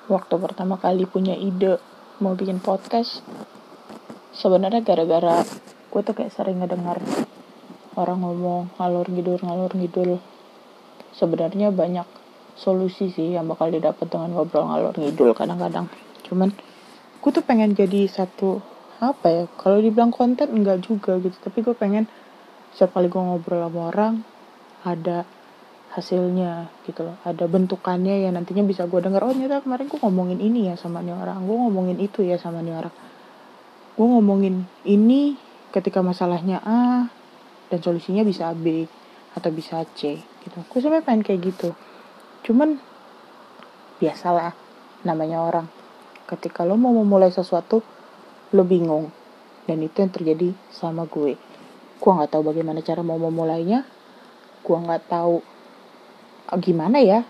waktu pertama kali punya ide mau bikin podcast, sebenarnya gara-gara gue tuh kayak sering ngedengar orang ngomong ngalur ngidul. Sebenarnya banyak solusi sih yang bakal didapat dengan ngobrol ngalur ngidul kadang-kadang. Cuman gue tuh pengen jadi satu kalau dibilang konten enggak juga gitu, tapi gue pengen setiap kali gue ngobrol sama orang ada hasilnya gitu loh, ada bentukannya yang nantinya bisa gue denger, oh ternyata kemarin gue ngomongin ini ya sama nih orang, gue ngomongin itu ya sama nih orang, gue ngomongin ini ketika masalahnya A dan solusinya bisa B atau bisa C gitu. Gue sebenarnya pengen kayak gitu, cuman biasalah namanya orang, ketika lo mau memulai sesuatu lo bingung, dan itu yang terjadi sama gue nggak tahu bagaimana cara mau memulainya, gue nggak tahu gimana ya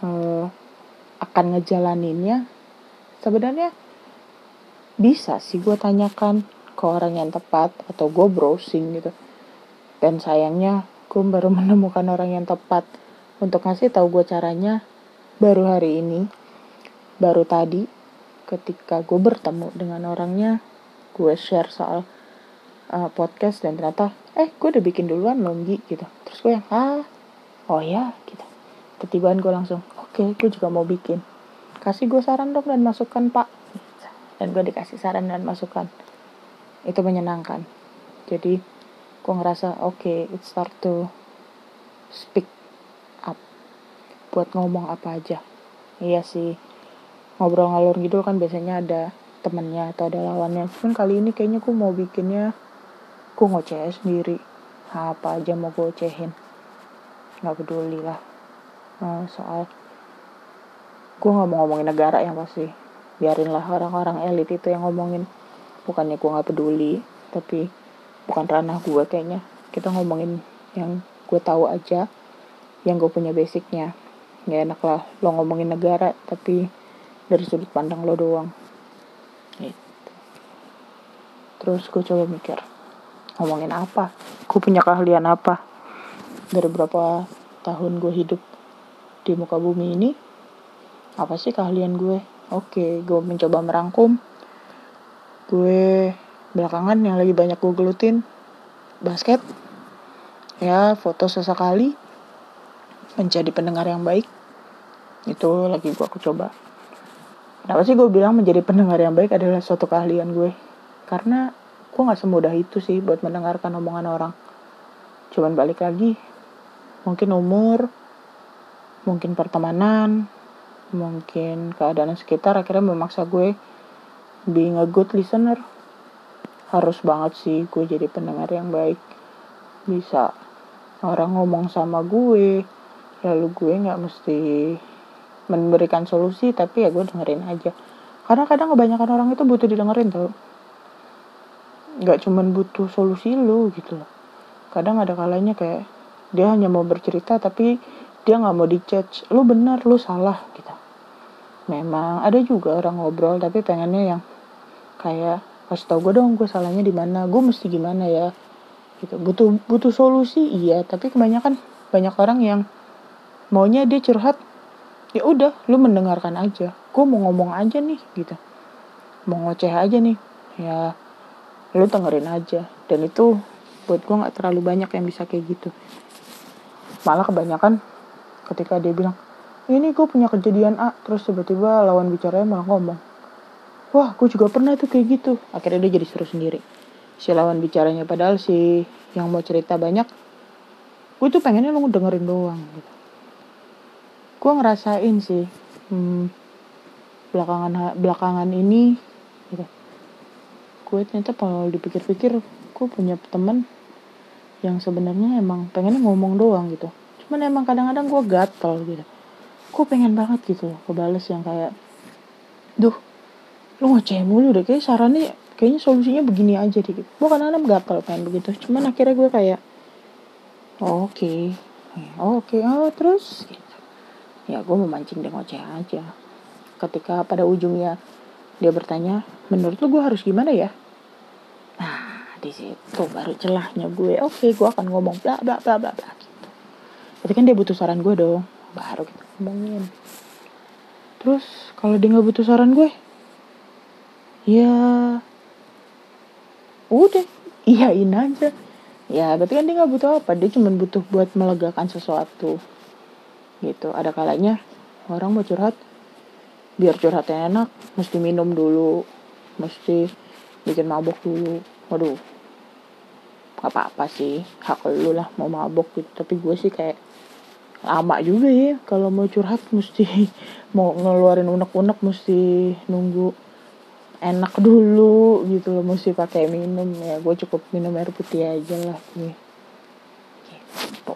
akan ngejalaninnya. Sebenarnya bisa sih gue tanyakan ke orang yang tepat atau gue browsing gitu, dan sayangnya gue baru menemukan orang yang tepat untuk ngasih tahu gue caranya baru hari ini, baru tadi ketika gue bertemu dengan orangnya. Gue share soal podcast dan ternyata gue udah bikin duluan loh gitu. Terus gue yang oh ya gitu, ketibaan gue langsung oke, gue juga mau bikin, kasih gue saran dong dan masukan pak. Dan gue dikasih saran dan masukan, itu menyenangkan. Jadi gue ngerasa it start to speak up, buat ngomong apa aja. Iya sih, ngobrol ngalur ngidul kan biasanya ada temennya atau ada lawannya. Cuman kali ini kayaknya gue mau bikinnya gue ngoceh sendiri, apa aja mau gue ocehin, nggak peduli lah. Soal gue nggak mau ngomongin negara yang pasti, biarinlah orang-orang elit itu yang ngomongin. Bukannya gue nggak peduli, tapi bukan ranah gue kayaknya. Kita ngomongin yang gue tahu aja, yang gue punya basicnya. Nggak enak lah lo ngomongin negara tapi dari sudut pandang lo doang gitu. Terus gue coba mikir, ngomongin apa, gue punya keahlian apa dari berapa tahun gue hidup di muka bumi ini. Apa sih keahlian gue? Gue mencoba merangkum. Gue belakangan yang lagi banyak gue gelutin basket ya, foto sesekali, menjadi pendengar yang baik, itu lagi gue coba. Kenapa sih gue bilang menjadi pendengar yang baik adalah suatu keahlian gue? Karena gue gak semudah itu sih buat mendengarkan omongan orang. Cuman balik lagi, mungkin umur, mungkin pertemanan, mungkin keadaan sekitar akhirnya memaksa gue being a good listener. Harus banget sih gue jadi pendengar yang baik. Bisa orang ngomong sama gue, lalu gue gak mesti memberikan solusi, tapi ya gue dengerin aja. Karena kadang kebanyakan orang itu butuh didengerin tau, gak cuman butuh solusi lu gitu loh. Kadang ada kalanya kayak dia hanya mau bercerita tapi dia gak mau di-judge, lu benar, lu salah gitu. Memang ada juga orang ngobrol tapi pengennya yang kayak kasih tau gue dong, gue salahnya di mana, gue mesti gimana ya gitu. Butuh solusi iya, tapi kebanyakan banyak orang yang maunya dia curhat, ya udah lu mendengarkan aja, gue mau ngomong aja nih gitu, mau ngoceh aja nih ya, lu dengerin aja. Dan itu buat gue nggak terlalu banyak yang bisa kayak gitu. Malah kebanyakan ketika dia bilang ini gue punya kejadian A, terus tiba-tiba lawan bicaranya malah ngomong, wah gue juga pernah tuh kayak gitu. Akhirnya dia jadi seru sendiri si lawan bicaranya, padahal si yang mau cerita banyak, gue tuh pengennya lu dengerin doang gitu. Gue ngerasain sih belakangan ini gitu. Gue ternyata kalau dipikir-pikir, gue punya teman yang sebenarnya emang pengennya ngomong doang gitu, cuman emang kadang-kadang gue gatel gitu. Gue pengen banget gitu kebales yang kayak, duh lu ngoceh mulu deh, kayak sarannya kayaknya solusinya begini aja deh gitu. Gue kadang-kadang gatel pengen begitu, cuman akhirnya gue kayak oke, terus gitu. Ya gue memancing dia ngoceh aja. Ketika pada ujungnya dia bertanya, menurut lu gue harus gimana ya? Nah di situ baru celahnya gue. Gue akan ngomong bla bla bla bla bla gitu. Tapi kan dia butuh saran gue dong, baru kita ngomongin. Terus kalau dia nggak butuh saran gue, ya udah iyain aja. Ya berarti kan dia nggak butuh apa, dia cuma butuh buat melegakan sesuatu gitu. Ada kalanya orang mau curhat, biar curhatnya enak mesti minum dulu, mesti bikin mabok dulu. Waduh, gak apa-apa sih, hak lu lah mau mabok gitu. Tapi gue sih kayak lama juga ya kalau mau curhat, mesti mau ngeluarin unek-unek mesti nunggu enak dulu gitu loh, mesti pakai minum. Ya gue cukup minum air putih aja lah gue gitu.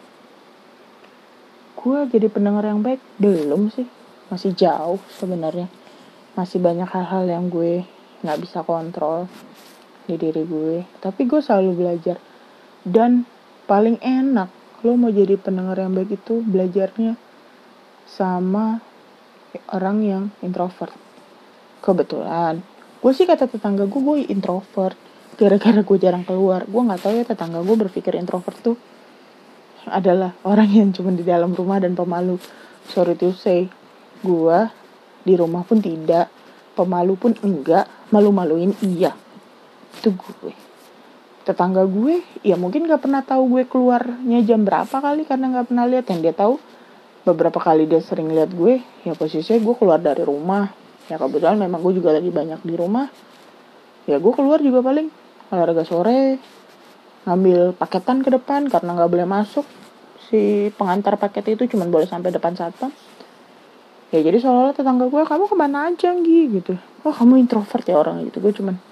Gue jadi pendengar yang baik belum sih, masih jauh sebenarnya. Masih banyak hal-hal yang gue nggak bisa kontrol di diri gue, tapi gue selalu belajar. Dan paling enak lo mau jadi pendengar yang baik itu belajarnya sama orang yang introvert. Kebetulan gue sih kata tetangga gue introvert gara-gara gue jarang keluar. Gue nggak tahu ya tetangga gue berpikir introvert tuh adalah orang yang cuma di dalam rumah dan pemalu. Sorry to say, gue di rumah pun tidak, pemalu pun enggak, malu-maluin iya. Itu gue. Tetangga gue ya mungkin gak pernah tahu gue keluarnya jam berapa kali, karena gak pernah lihat. Yang dia tahu beberapa kali dia sering lihat gue ya posisinya gue keluar dari rumah. Ya kebetulan memang gue juga lagi banyak di rumah, ya gue keluar juga paling olahraga sore, ngambil paketan ke depan karena gak boleh masuk. Si pengantar paket itu cuma boleh sampai depan satpam. Ya jadi seolah-olah tetangga gue, kamu kemana aja gitu. Oh kamu introvert ya orang gitu. Gue cuman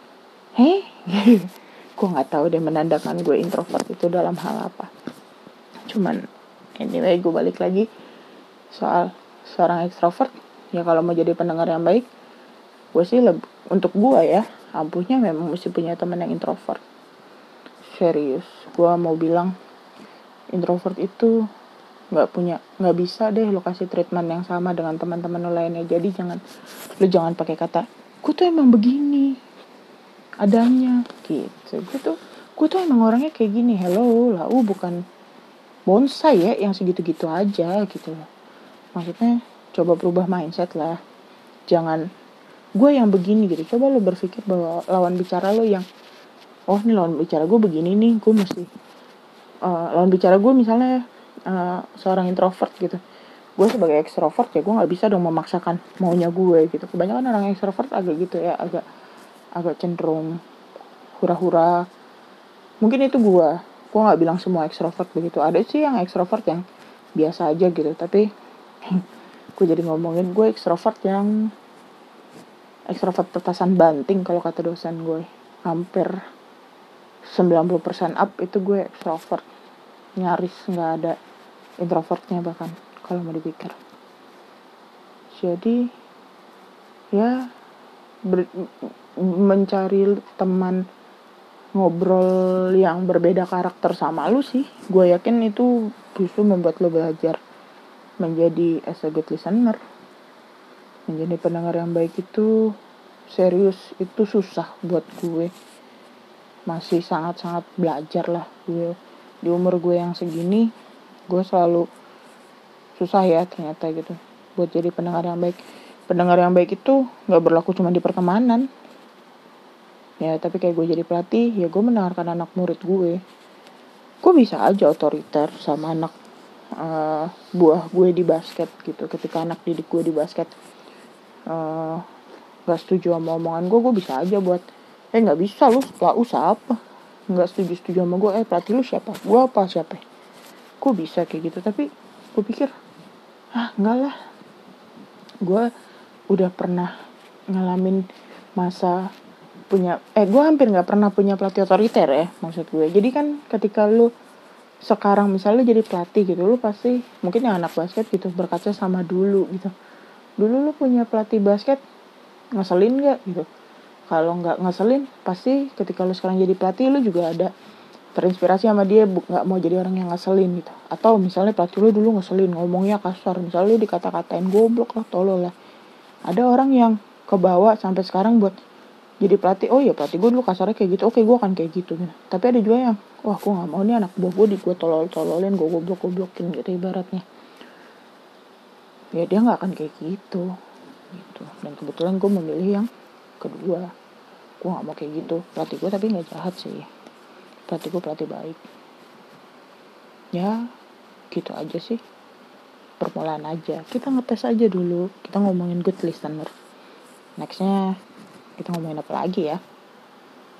gue nggak tahu deh menandakan gue introvert itu dalam hal apa. Cuman anyway, gue balik lagi soal seorang ekstrovert. Ya kalau mau jadi pendengar yang baik, gue sih untuk gue ya ampuhnya memang mesti punya teman yang introvert. Serius, gue mau bilang introvert itu nggak bisa deh lo kasih treatment yang sama dengan teman-teman lo lainnya. Jadi jangan pakai kata gue tuh emang begini adanya gitu. Gue tuh emang orangnya kayak gini. Hello lah, bukan bonsai ya yang segitu-gitu aja gitu loh. Maksudnya coba berubah mindset lah. Jangan gue yang begini gitu. Coba lo berpikir bahwa lawan bicara lo yang ini lawan bicara gue begini nih, gue mesti lawan bicara gue misalnya seorang introvert gitu. Gue sebagai ekstrovert ya gue nggak bisa dong memaksakan maunya gue gitu. Kebanyakan orang ekstrovert agak gitu ya, agak cenderung hura-hura. Mungkin itu gue nggak bilang semua ekstrovert begitu. Ada sih yang ekstrovert yang biasa aja gitu. Tapi gue jadi ngomongin gue ekstrovert yang ekstrovert petasan banting kalau kata dosen gue. Hampir 90% up itu gue ekstrovert. Nyaris nggak ada introvertnya bahkan kalau mau dipikir. Jadi ya mencari teman ngobrol yang berbeda karakter sama lu sih, gue yakin itu justru membuat lo belajar menjadi as a good listener. Menjadi pendengar yang baik itu serius, itu susah buat gue. Masih sangat-sangat belajar lah gue. Di umur gue yang segini, gue selalu susah ya ternyata gitu buat jadi pendengar yang baik. Pendengar yang baik itu gak berlaku cuma di pertemanan ya, tapi kayak gue jadi pelatih ya, gue mendengarkan anak murid gue bisa aja otoriter sama anak buah gue di basket gitu. Ketika anak didik gue di basket gak setuju sama omongan gue bisa aja buat gak bisa lu, gak usah apa, gak setuju sama gue, pelatih lu siapa, gue apa siapa, gue bisa kayak gitu. Tapi gue pikir enggak lah, gue udah pernah ngalamin masa punya gue hampir nggak pernah punya pelatih otoriter ya, maksud gue. Jadi kan ketika lu sekarang misalnya lu jadi pelatih gitu, lu pasti mungkin yang anak basket gitu berkaca sama dulu gitu. Dulu lu punya pelatih basket ngeselin nggak gitu? Kalau nggak ngeselin, pasti ketika lu sekarang jadi pelatih lu juga ada terinspirasi sama dia, nggak mau jadi orang yang ngeselin gitu. Atau misalnya pelatih lu dulu ngeselin, ngomongnya kasar, misalnya lu dikata-katain goblok lah, tolol lah. Ada orang yang kebawa sampai sekarang buat jadi pelatih. Oh ya pelatih gue dulu kasarnya kayak gitu, oke gue akan kayak gitu. Tapi ada juga yang gue nggak mau nih anak buah gue gue tololin, gue goblok-goblokin gitu ibaratnya. ya dia nggak akan kayak gitu. Dan kebetulan gue memilih yang kedua. Gue nggak mau kayak gitu. Pelatih gue tapi nggak jahat sih. Pelatih gue pelatih baik. Ya gitu aja sih. Permulaan aja. Kita ngetes aja dulu. Kita ngomongin good listener. Nextnya kita ngomongin apa lagi ya?